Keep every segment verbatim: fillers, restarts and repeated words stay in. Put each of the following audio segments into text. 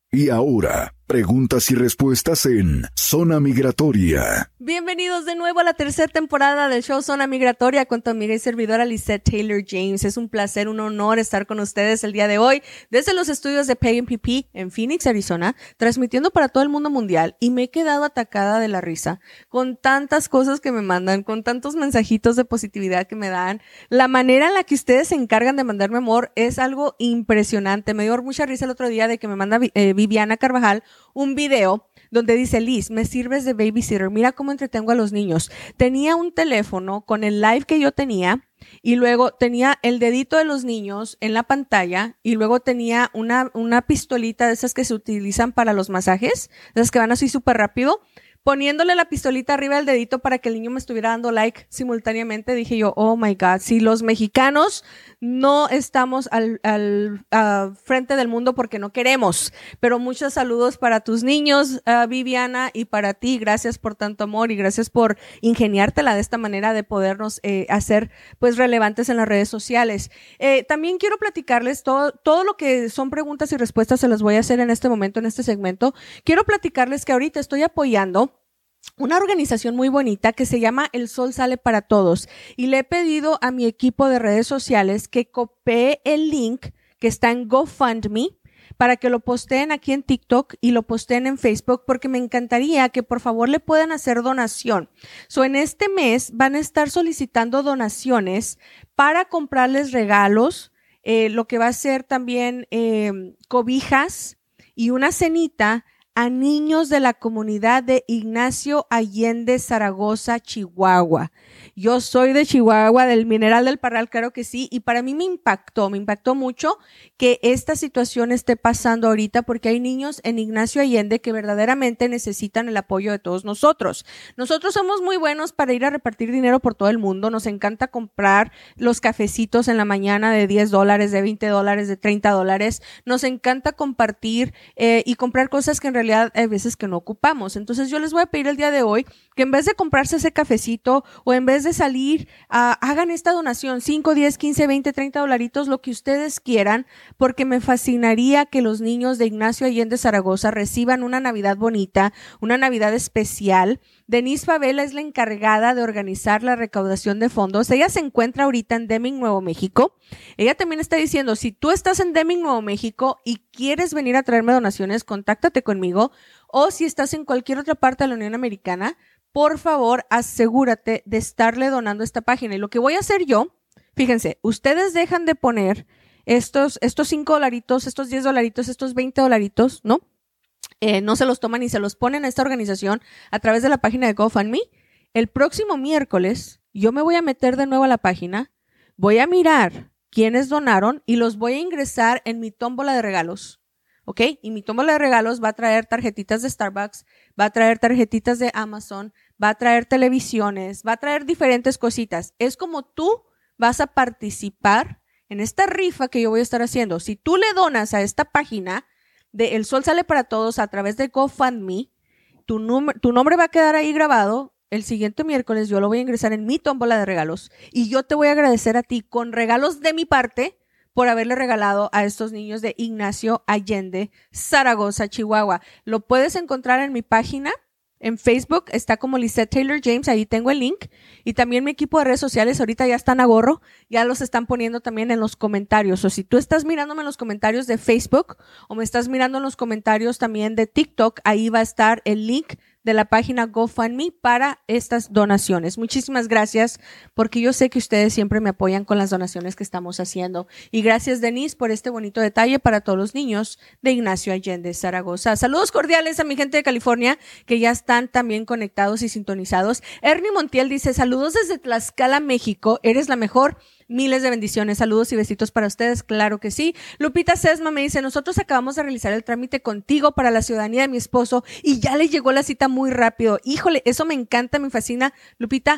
Y ahora, preguntas y respuestas en Zona Migratoria. Bienvenidos de nuevo a la tercera temporada del show Zona Migratoria con tu amiga y servidora Lisette Taylor James. Es un placer, un honor estar con ustedes el día de hoy desde los estudios de Pay and P P en Phoenix, Arizona, transmitiendo para todo el mundo mundial, y me he quedado atacada de la risa con tantas cosas que me mandan, con tantos mensajitos de positividad que me dan. La manera en la que ustedes se encargan de mandarme amor es algo impresionante. Me dio mucha risa el otro día de que me manda eh, Viviana Carvajal un video donde dice: Liz, me sirves de babysitter, mira cómo entretengo a los niños. Tenía un teléfono con el live que yo tenía y luego tenía el dedito de los niños en la pantalla y luego tenía una, una pistolita de esas que se utilizan para los masajes, de esas que van así súper rápido, poniéndole la pistolita arriba del dedito para que el niño me estuviera dando like simultáneamente. Dije yo, oh my God, si los mexicanos no estamos al, al uh, frente del mundo porque no queremos. Pero muchos saludos para tus niños, uh, Viviana, y para ti. Gracias por tanto amor y gracias por ingeniártela de esta manera de podernos eh, hacer pues relevantes en las redes sociales. Eh, también quiero platicarles todo, todo lo que son preguntas y respuestas, se las voy a hacer en este momento, en este segmento. Quiero platicarles que ahorita estoy apoyando una organización muy bonita que se llama El Sol Sale para Todos, y le he pedido a mi equipo de redes sociales que copie el link que está en GoFundMe para que lo posteen aquí en TikTok y lo posteen en Facebook, porque me encantaría que por favor le puedan hacer donación. So, en este mes van a estar solicitando donaciones para comprarles regalos, eh, lo que va a ser también eh, cobijas y una cenita a niños de la comunidad de Ignacio Allende, Zaragoza, Chihuahua. Yo soy de Chihuahua, del Mineral del Parral, claro que sí, y para mí me impactó, me impactó mucho que esta situación esté pasando ahorita, porque hay niños en Ignacio Allende que verdaderamente necesitan el apoyo de todos nosotros. Nosotros somos muy buenos para ir a repartir dinero por todo el mundo, nos encanta comprar los cafecitos en la mañana de diez dólares, de veinte dólares, de treinta dólares, nos encanta compartir eh, y comprar cosas que en realidad hay veces que no ocupamos. Entonces yo les voy a pedir el día de hoy que en vez de comprarse ese cafecito o en vez de salir, uh, hagan esta donación, cinco, diez, quince, veinte, treinta dolaritos, lo que ustedes quieran, porque me fascinaría que los niños de Ignacio Allende, Zaragoza reciban una Navidad bonita, una Navidad especial. Denise Favela es la encargada de organizar la recaudación de fondos. Ella se encuentra ahorita en Deming, Nuevo México. Ella también está diciendo, si tú estás en Deming, Nuevo México y quieres venir a traerme donaciones, contáctate conmigo. O si estás en cualquier otra parte de la Unión Americana, por favor, asegúrate de estarle donando a esta página. Y lo que voy a hacer yo, fíjense, ustedes dejan de poner estos, estos cinco dolaritos, estos diez dolaritos, estos veinte dolaritos, ¿no? Eh, no se los toman y se los ponen a esta organización a través de la página de GoFundMe. El próximo miércoles yo me voy a meter de nuevo a la página, voy a mirar quiénes donaron y los voy a ingresar en mi tómbola de regalos, ¿ok? Y mi tómbola de regalos va a traer tarjetitas de Starbucks, va a traer tarjetitas de Amazon, va a traer televisiones, va a traer diferentes cositas. Es como tú vas a participar en esta rifa que yo voy a estar haciendo. Si tú le donas a esta página de El Sol Sale para Todos a través de GoFundMe, tu, num- tu nombre va a quedar ahí grabado. El siguiente miércoles yo lo voy a ingresar en mi tómbola de regalos y yo te voy a agradecer a ti con regalos de mi parte por haberle regalado a estos niños de Ignacio Allende, Zaragoza, Chihuahua. Lo puedes encontrar en mi página. En Facebook está como Lisette Taylor James, ahí tengo el link, y también mi equipo de redes sociales ahorita ya están a gorro, ya los están poniendo también en los comentarios. O si tú estás mirándome en los comentarios de Facebook o me estás mirando en los comentarios también de TikTok, ahí va a estar el link de la página GoFundMe para estas donaciones. Muchísimas gracias, porque yo sé que ustedes siempre me apoyan con las donaciones que estamos haciendo. Y gracias, Denise, por este bonito detalle para todos los niños de Ignacio Allende, Zaragoza. Saludos cordiales a mi gente de California, que ya están también conectados y sintonizados. Ernie Montiel dice, saludos desde Tlaxcala, México. Eres la mejor. Miles de bendiciones, saludos y besitos para ustedes, claro que sí. Lupita Sesma me dice, nosotros acabamos de realizar el trámite contigo para la ciudadanía de mi esposo y ya le llegó la cita muy rápido. Híjole, eso me encanta, me fascina. Lupita,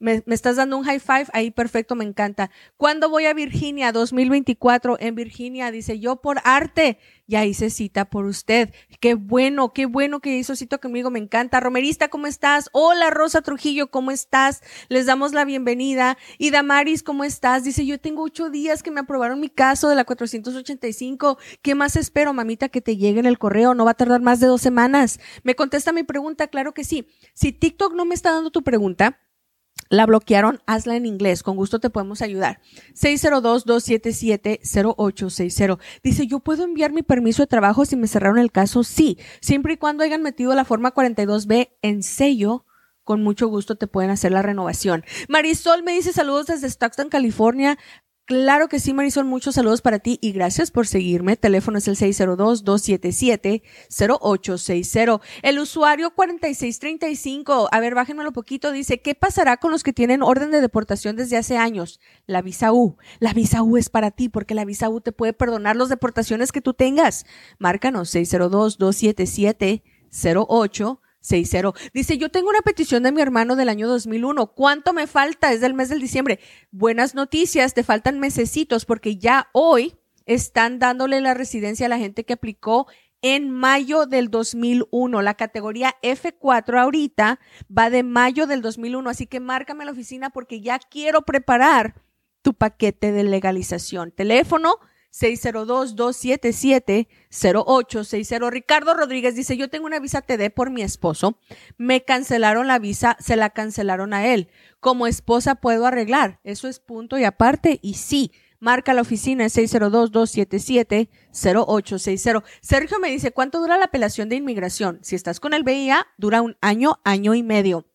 Me, me estás dando un high five, ahí perfecto, me encanta. ¿Cuándo voy a Virginia? dos mil veinticuatro en Virginia. Dice, yo por arte ya hice cita por usted. Qué bueno, qué bueno que hizo cita conmigo, me encanta. Romerista, ¿cómo estás? Hola, Rosa Trujillo, ¿cómo estás? Les damos la bienvenida. Y Damaris, ¿cómo estás? Dice, yo tengo ocho días que me aprobaron mi caso de la cuatrocientos ochenta y cinco. ¿Qué más espero, mamita, que te llegue en el correo? No va a tardar más de dos semanas. ¿Me contesta mi pregunta? Claro que sí. Si TikTok no me está dando tu pregunta, la bloquearon, hazla en inglés, con gusto te podemos ayudar. seis cero dos, dos siete siete, cero ocho seis cero. Dice, ¿yo puedo enviar mi permiso de trabajo si me cerraron el caso? Sí, siempre y cuando hayan metido la forma cuarenta y dos B en sello, con mucho gusto te pueden hacer la renovación. Marisol me dice, saludos desde Stockton, California. Claro que sí, Marisol, muchos saludos para ti y gracias por seguirme. Teléfono es el seis cero dos, dos siete siete, cero ocho seis cero. El usuario cuarenta y seis treinta y cinco, a ver, bájenmelo poquito, dice, ¿qué pasará con los que tienen orden de deportación desde hace años? La visa U. La visa U es para ti porque la visa U te puede perdonar las deportaciones que tú tengas. Márcanos seis cero dos, dos siete siete, cero ocho seis cero. Dice, yo tengo una petición de mi hermano del año dos mil uno. ¿Cuánto me falta? Es del mes del diciembre. Buenas noticias, te faltan mesecitos porque ya hoy están dándole la residencia a la gente que aplicó en mayo del dos mil uno. La categoría F cuatro ahorita va de mayo del dos mil uno. Así que márcame a la oficina porque ya quiero preparar tu paquete de legalización. Teléfono seis cero dos, dos siete siete, cero ocho seis cero. Ricardo Rodríguez dice, yo tengo una visa T D por mi esposo. Me cancelaron la visa, se la cancelaron a él. Como esposa puedo arreglar. Eso es punto y aparte. Y sí, marca la oficina seis cero dos, dos siete siete, cero ocho seis cero. Sergio me dice, ¿cuánto dura la apelación de inmigración? Si estás con el V I A, dura un año, año y medio.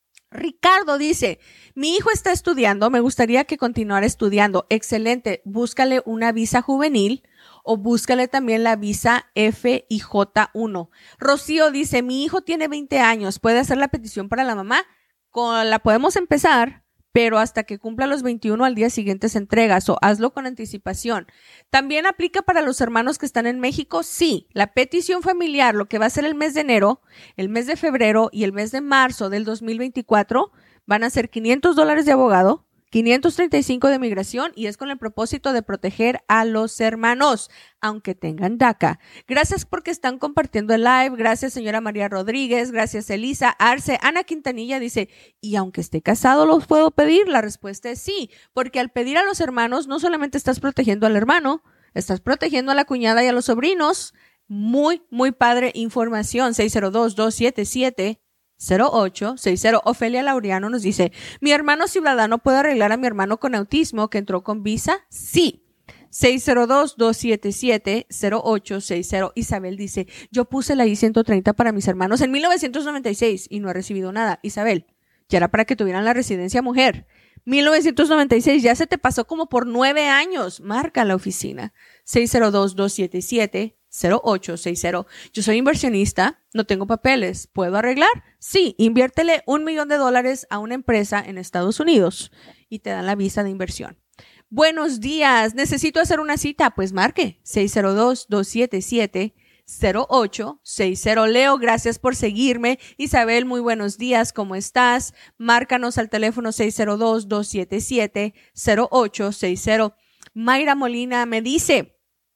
Ricardo dice, mi hijo está estudiando, me gustaría que continuara estudiando. Excelente, búscale una visa juvenil o búscale también la visa F y J uno. Rocío dice, mi hijo tiene veinte años, ¿puede hacer la petición para la mamá? Con la podemos empezar, pero hasta que cumpla los veintiuno al día siguiente se entrega, o hazlo con anticipación. ¿También aplica para los hermanos que están en México? Sí, la petición familiar, lo que va a ser el mes de enero, el mes de febrero y el mes de marzo del dos mil veinticuatro, van a ser quinientos dólares de abogado, quinientos treinta y cinco de migración y es con el propósito de proteger a los hermanos, aunque tengan DACA. Gracias porque están compartiendo el live. Gracias, señora María Rodríguez. Gracias, Elisa Arce. Ana Quintanilla dice, ¿y aunque esté casado los puedo pedir? La respuesta es sí, porque al pedir a los hermanos no solamente estás protegiendo al hermano, estás protegiendo a la cuñada y a los sobrinos. Muy, muy padre información. seis cero dos, dos siete siete, cero ocho seis cero. Ofelia Laureano nos dice, ¿mi hermano ciudadano puede arreglar a mi hermano con autismo que entró con visa? Sí. seis cero dos, dos siete siete, cero ocho seis cero. Isabel dice, yo puse la I ciento treinta para mis hermanos en mil novecientos noventa y seis y no he recibido nada. Isabel, ya era para que tuvieran la residencia mujer. mil novecientos noventa y seis, ya se te pasó como por nueve años. Marca la oficina. seis cero dos, dos siete siete, cero ocho seis cero. Yo soy inversionista, no tengo papeles. ¿Puedo arreglar? Sí, inviértele un millón de dólares a una empresa en Estados Unidos y te dan la visa de inversión. Buenos días, necesito hacer una cita. Pues marque seis cero dos, dos siete siete, cero ocho seis cero. Leo, gracias por seguirme. Isabel, muy buenos días, ¿cómo estás? Márcanos al teléfono seis cero dos, dos siete siete, cero ocho seis cero. Mayra Molina me dice,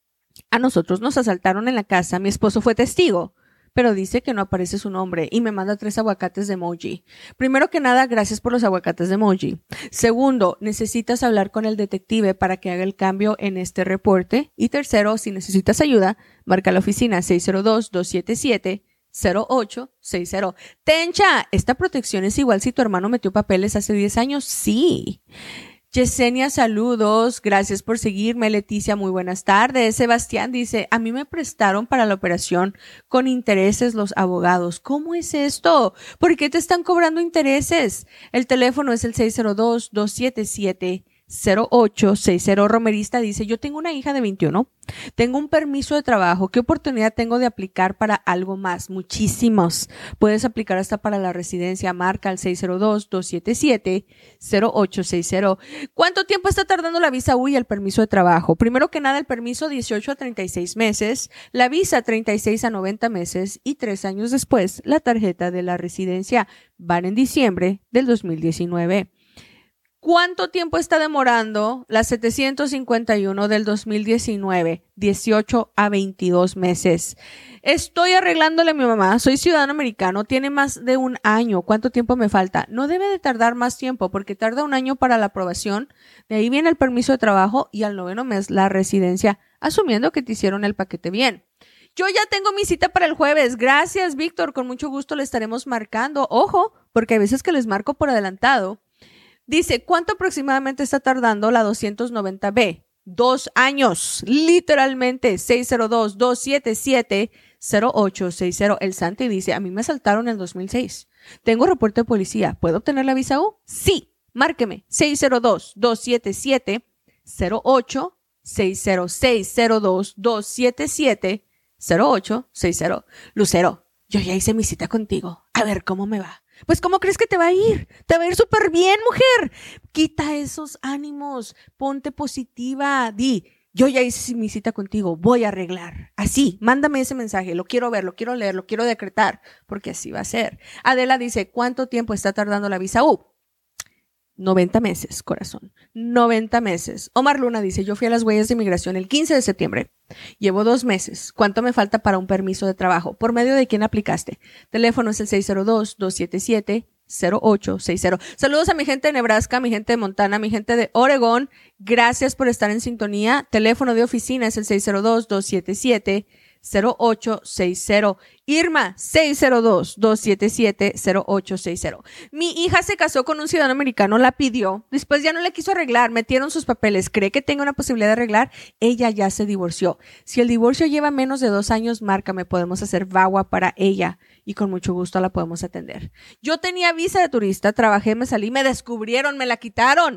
a nosotros nos asaltaron en la casa, mi esposo fue testigo, pero dice que no aparece su nombre y me manda tres aguacates de emoji. Primero que nada, gracias por los aguacates de emoji. Segundo, necesitas hablar con el detective para que haga el cambio en este reporte. Y tercero, si necesitas ayuda, marca la oficina seis cero dos, dos siete siete, cero ocho seis cero. Tencha, ¿esta protección es igual si tu hermano metió papeles hace diez años? Sí. Yesenia, saludos, gracias por seguirme. Leticia, muy buenas tardes. Sebastián dice, a mí me prestaron para la operación con intereses los abogados. ¿Cómo es esto? ¿Por qué te están cobrando intereses? El teléfono es el seis cero dos, dos siete siete, cero ocho seis cero. Romerista dice, yo tengo una hija de veintiuno, tengo un permiso de trabajo, ¿qué oportunidad tengo de aplicar para algo más? Muchísimos. Puedes aplicar hasta para la residencia. Marca al seis cero dos, dos siete siete, cero ocho seis cero. ¿Cuánto tiempo está tardando la visa U y el permiso de trabajo? Primero que nada, el permiso dieciocho a treinta y seis meses, la visa treinta y seis a noventa meses y tres años después la tarjeta de la residencia. Van en diciembre del dos mil diecinueve. ¿Cuánto tiempo está demorando la setecientos cincuenta y uno del dos mil diecinueve? dieciocho a veintidós meses. Estoy arreglándole a mi mamá. Soy ciudadano americano. Tiene más de un año. ¿Cuánto tiempo me falta? No debe de tardar más tiempo porque tarda un año para la aprobación. De ahí viene el permiso de trabajo y al noveno mes la residencia, asumiendo que te hicieron el paquete bien. Yo ya tengo mi cita para el jueves. Gracias, Víctor. Con mucho gusto le estaremos marcando. Ojo, porque hay veces que les marco por adelantado. Dice, ¿cuánto aproximadamente está tardando la doscientos noventa B? Dos años, literalmente. seis cero dos, dos siete siete, cero ocho seis cero. El Santi dice, a mí me asaltaron en el dos mil seis. Tengo reporte de policía. ¿Puedo obtener la visa U? Sí. Márqueme. seis cero dos, dos siete siete, cero ocho seis cero. seis cero dos, dos siete siete, cero ocho seis cero. Lucero, yo ya hice mi cita contigo. A ver cómo me va. Pues, ¿cómo crees que te va a ir? Te va a ir súper bien, mujer. Quita esos ánimos. Ponte positiva. Di, yo ya hice mi cita contigo. Voy a arreglar. Así, mándame ese mensaje. Lo quiero ver, lo quiero leer, lo quiero decretar. Porque así va a ser. Adela dice, ¿cuánto tiempo está tardando la visa U? noventa meses, corazón. noventa meses. Omar Luna dice, yo fui a las huellas de inmigración el quince de septiembre. Llevo dos meses. ¿Cuánto me falta para un permiso de trabajo? ¿Por medio de quién aplicaste? Teléfono es el seis cero dos, dos siete siete, cero ocho seis cero. Saludos a mi gente de Nebraska, mi gente de Montana, mi gente de Oregón. Gracias por estar en sintonía. Teléfono de oficina es el seis cero dos, dos siete siete, cero ocho seis cero. Irma, seis cero dos, dos siete siete, cero ocho seis cero. Mi hija se casó con un ciudadano americano, la pidió, después ya no le quiso arreglar, metieron sus papeles, cree que tenga una posibilidad de arreglar, ella ya se divorció. Si el divorcio lleva menos de dos años, márcame, podemos hacer V A W A para ella y con mucho gusto la podemos atender. Yo tenía visa de turista, trabajé, me salí, me descubrieron, me la quitaron.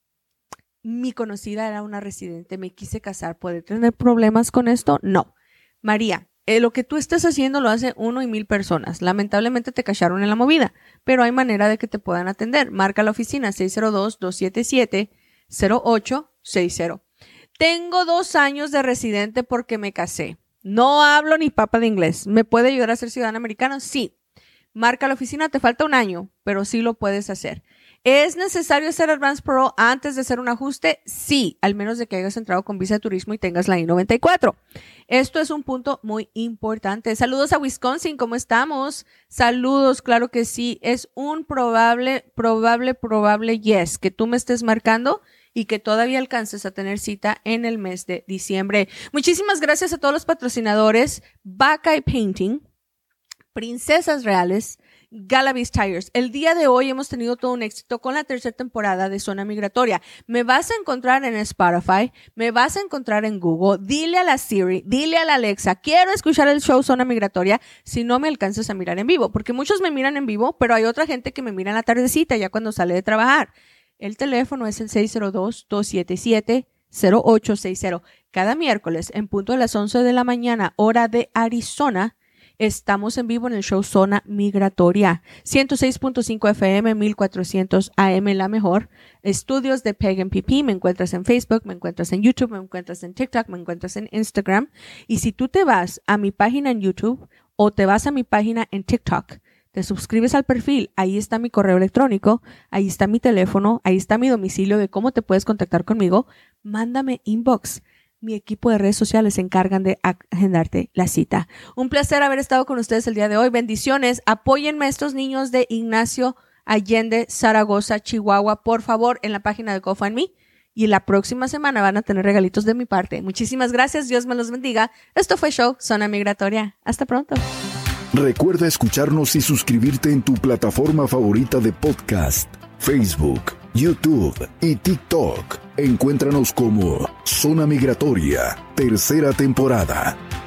Mi conocida era una residente, me quise casar, ¿puede tener problemas con esto? No. María, eh, lo que tú estás haciendo lo hace uno y mil personas. Lamentablemente te cacharon en la movida, pero hay manera de que te puedan atender. Marca la oficina seis cero dos, dos siete siete, cero ocho seis cero. Tengo dos años de residente porque me casé. No hablo ni papa de inglés. ¿Me puede ayudar a ser ciudadano americano? Sí. Marca la oficina, te falta un año, pero sí lo puedes hacer. ¿Es necesario hacer Advance Parole antes de hacer un ajuste? Sí, al menos de que hayas entrado con visa de turismo y tengas la I noventa y cuatro. Esto es un punto muy importante. Saludos a Wisconsin, ¿cómo estamos? Saludos, claro que sí. Es un probable, probable, probable yes que tú me estés marcando y que todavía alcances a tener cita en el mes de diciembre. Muchísimas gracias a todos los patrocinadores. Buckeye Painting, Princesas Reales, Galavis Tires. El día de hoy hemos tenido todo un éxito con la tercera temporada de Zona Migratoria. Me vas a encontrar en Spotify, me vas a encontrar en Google. Dile a la Siri, dile a la Alexa, quiero escuchar el show Zona Migratoria si no me alcanzas a mirar en vivo, porque muchos me miran en vivo, pero hay otra gente que me mira en la tardecita ya cuando sale de trabajar. El teléfono es el seis cero dos, dos siete siete, cero ocho seis cero. Cada miércoles en punto de las once de la mañana, hora de Arizona, estamos en vivo en el show Zona Migratoria. ciento seis punto cinco F M, mil cuatrocientos A M, la mejor. Estudios de P E G M P P. Me encuentras en Facebook, me encuentras en YouTube, me encuentras en TikTok, me encuentras en Instagram. Y si tú te vas a mi página en YouTube o te vas a mi página en TikTok, te suscribes al perfil, ahí está mi correo electrónico, ahí está mi teléfono, ahí está mi domicilio de cómo te puedes contactar conmigo. Mándame inbox. Mi equipo de redes sociales se encargan de agendarte la cita. Un placer haber estado con ustedes el día de hoy. Bendiciones. Apóyenme a estos niños de Ignacio Allende, Zaragoza, Chihuahua, por favor, en la página de GoFundMe. Y la próxima semana van a tener regalitos de mi parte. Muchísimas gracias. Dios me los bendiga. Esto fue Show Zona Migratoria. Hasta pronto. Recuerda escucharnos y suscribirte en tu plataforma favorita de podcast, Facebook, YouTube y TikTok. Encuéntranos como Zona Migratoria, tercera temporada.